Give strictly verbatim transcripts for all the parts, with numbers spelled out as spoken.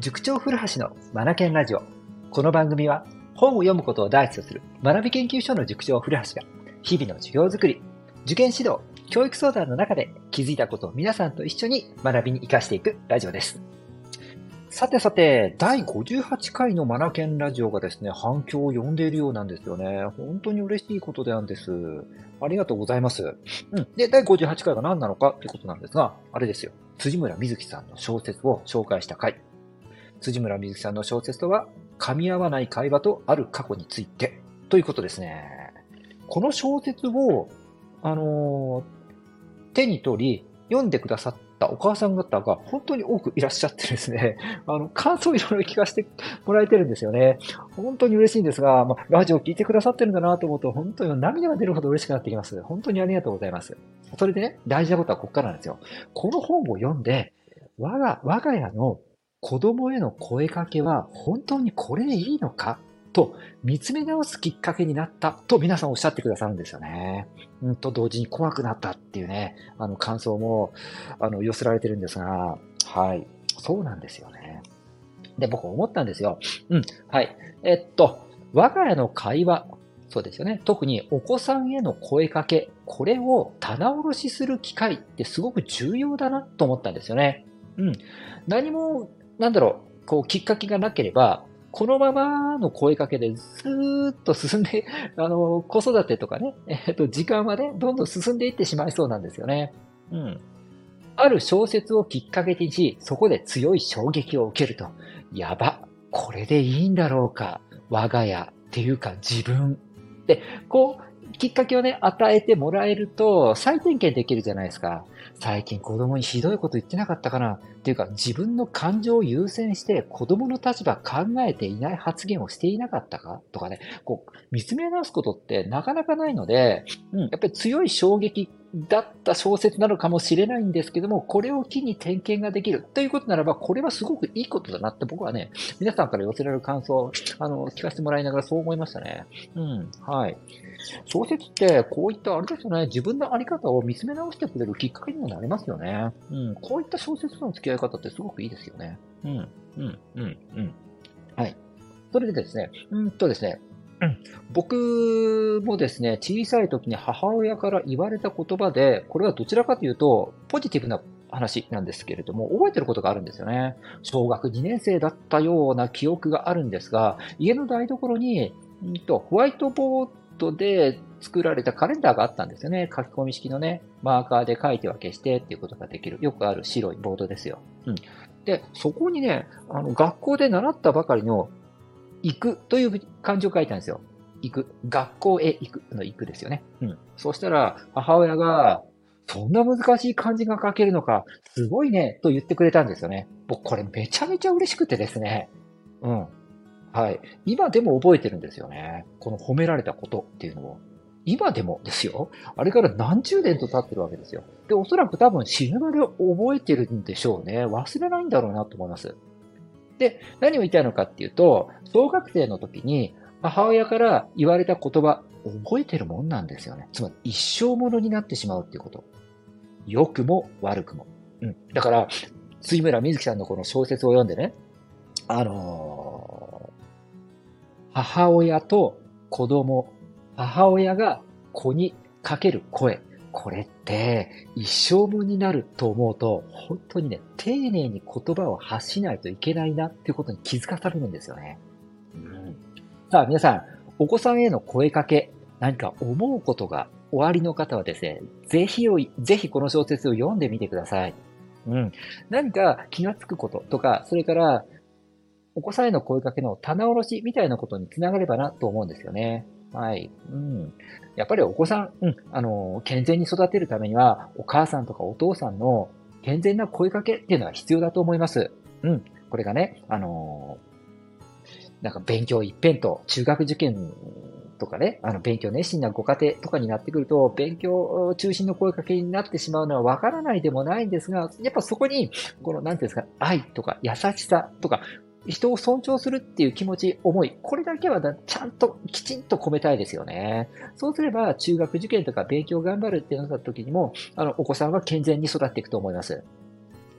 塾長古橋のマナケンラジオ。この番組は本を読むことを第一とする学び研究所の塾長古橋が日々の授業づくり、受験指導、教育相談の中で気づいたことを皆さんと一緒に学びに生かしていくラジオです。さてさて、だいごじゅうはちかいのマナケンラジオがですね、反響を呼んでいるようなんですよね。本当に嬉しいことなんです。ありがとうございます。うん。で、だいごじゅうはちかいが何なのかということなんですが、あれですよ。辻村瑞希さんの小説を紹介した回。辻村瑞希さんの小説とは、噛み合わない会話とある過去についてということですね。この小説を、あのー、手に取り、読んでくださったお母さん方が本当に多くいらっしゃってですね、あの、感想をいろいろ聞かせてもらえてるんですよね。本当に嬉しいんですが、まあ、ラジオ聞いてくださってるんだなと思うと、本当に涙が出るほど嬉しくなってきます。本当にありがとうございます。それでね、大事なことはここからなんですよ。この本を読んで、我が、我が家の子供への声かけは本当にこれでいいのかと見つめ直すきっかけになったと皆さんおっしゃってくださるんですよね。うんと同時に怖くなったっていうね、あの感想もあの寄せられてるんですが、はい、そうなんですよね。で、僕思ったんですよ。うん、はい。えっと、我が家の会話、そうですよね。特にお子さんへの声かけ、これを棚卸しする機会ってすごく重要だなと思ったんですよね。うん。何も、なんだろう、こう、きっかけがなければ、このままの声かけでずーっと進んで、あの、子育てとかね、えっと、時間はね、どんどん進んでいってしまいそうなんですよね。うん。ある小説をきっかけにし、そこで強い衝撃を受けると、やば、これでいいんだろうか、我が家っていうか自分。で、こう、きっかけをね、与えてもらえると、再点検できるじゃないですか。最近子供にひどいこと言ってなかったかなっていうか、自分の感情を優先して子供の立場考えていない発言をしていなかったかとかね、こう、見つめ直すことってなかなかないので、うん、やっぱり強い衝撃だった小説なのかもしれないんですけども、これを機に点検ができるということならば、これはすごくいいことだなって僕はね、皆さんから寄せられる感想を、あの、聞かせてもらいながらそう思いましたね。うん、はい。小説ってこういったあれですよね、自分のあり方を見つめ直してくれるきっかけにもなりますよね。うん、こういった小説との付き合い方ってすごくいいですよね。うん、うん、うん、うん。はい。それでですね、うんとですね、うん、僕もですね、小さい時に母親から言われた言葉で、これはどちらかというと、ポジティブな話なんですけれども、覚えてることがあるんですよね。小学にねん生だったような記憶があるんですが、家の台所に、うんと、ホワイトボードで作られたカレンダーがあったんですよね。書き込み式のね、マーカーで書いては消してっていうことができる。よくある白いボードですよ。うん。で、そこにね、あの、学校で習ったばかりの行くという漢字を書いたんですよ。行く。学校へ行くの行くですよね。うん。そうしたら、母親が、そんな難しい漢字が書けるのか、すごいね、と言ってくれたんですよね。僕、これめちゃめちゃ嬉しくてですね。うん。はい。今でも覚えてるんですよね。この褒められたことっていうのを。今でもですよ。あれから何十年と経ってるわけですよ。で、おそらく多分死ぬまで覚えてるんでしょうね。忘れないんだろうなと思います。で、何を言いたいのかっていうと、小学生の時に母親から言われた言葉、覚えてるもんなんですよね。つまり一生ものになってしまうっていうこと。良くも悪くも。うん。だから、杉村瑞希さんのこの小説を読んでね、あのー、母親と子供、母親が子にかける声、これって一生分になると思うと、本当にね、丁寧に言葉を発しないといけないなっていうことに気づかされるんですよね。うん、さあ皆さん、お子さんへの声かけ、何か思うことがおありの方はですね、ぜひを、ぜひこの小説を読んでみてください。うん。何か気がつくこととか、それからお子さんへの声かけの棚卸しみたいなことにつながればなと思うんですよね。はい。うん。やっぱりお子さん、うん、あの、健全に育てるためには、お母さんとかお父さんの健全な声かけっていうのは必要だと思います。うん。これがね、あの、なんか勉強一辺倒、中学受験とかね、あの、勉強熱心なご家庭とかになってくると、勉強中心の声かけになってしまうのはわからないでもないんですが、やっぱそこに、この、なんていうんですか、愛とか優しさとか、人を尊重するっていう気持ち、思い、これだけはちゃんときちんと込めたいですよね。そうすれば、中学受験とか勉強頑張るってなった時にも、あの、お子さんは健全に育っていくと思います。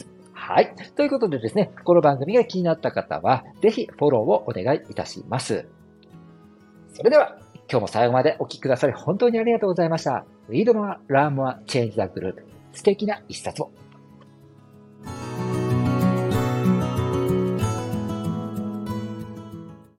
はい。ということでですね、この番組が気になった方は、ぜひフォローをお願いいたします。それでは、今日も最後までお聞きくださり本当にありがとうございました。Read More, Learn More, Change the Group。素敵な一冊を。